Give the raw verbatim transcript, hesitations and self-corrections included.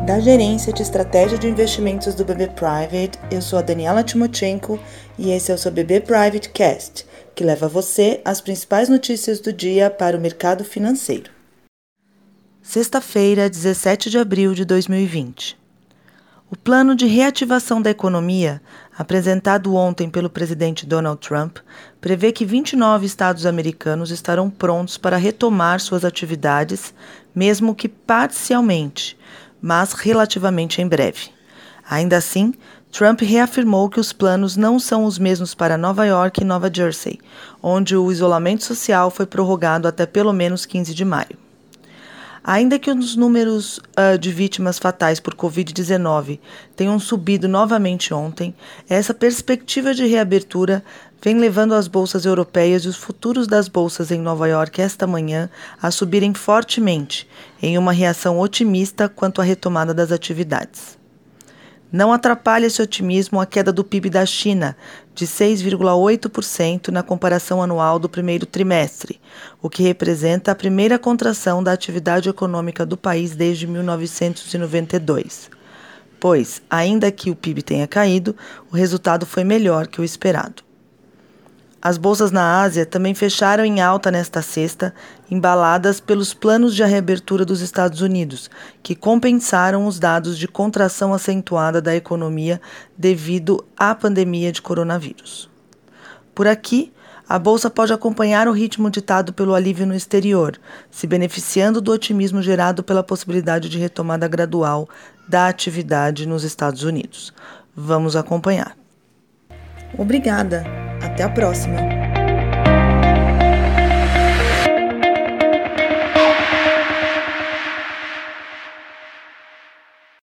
Da Gerência de Estratégia de Investimentos do B B Private, eu sou a Daniela Timochenko e esse é o seu B B Private Cast, que leva a você as principais notícias do dia para o mercado financeiro. Sexta-feira, dezessete de abril de dois mil e vinte. O plano de reativação da economia, apresentado ontem pelo presidente Donald Trump, prevê que vinte e nove estados americanos estarão prontos para retomar suas atividades, mesmo que parcialmente, mas relativamente em breve. Ainda assim, Trump reafirmou que os planos não são os mesmos para Nova York e Nova Jersey, onde o isolamento social foi prorrogado até pelo menos quinze de maio. Ainda que os números uh, de vítimas fatais por covid dezenove tenham subido novamente ontem, essa perspectiva de reabertura vem levando as bolsas europeias e os futuros das bolsas em Nova York esta manhã a subirem fortemente, em uma reação otimista quanto à retomada das atividades. Não atrapalha esse otimismo a queda do P I B da China, de seis vírgula oito por cento na comparação anual do primeiro trimestre, o que representa a primeira contração da atividade econômica do país desde mil novecentos e noventa e dois. Pois, ainda que o P I B tenha caído, o resultado foi melhor que o esperado. As bolsas na Ásia também fecharam em alta nesta sexta, embaladas pelos planos de reabertura dos Estados Unidos, que compensaram os dados de contração acentuada da economia devido à pandemia de coronavírus. Por aqui, a bolsa pode acompanhar o ritmo ditado pelo alívio no exterior, se beneficiando do otimismo gerado pela possibilidade de retomada gradual da atividade nos Estados Unidos. Vamos acompanhar. Obrigada! Até a próxima!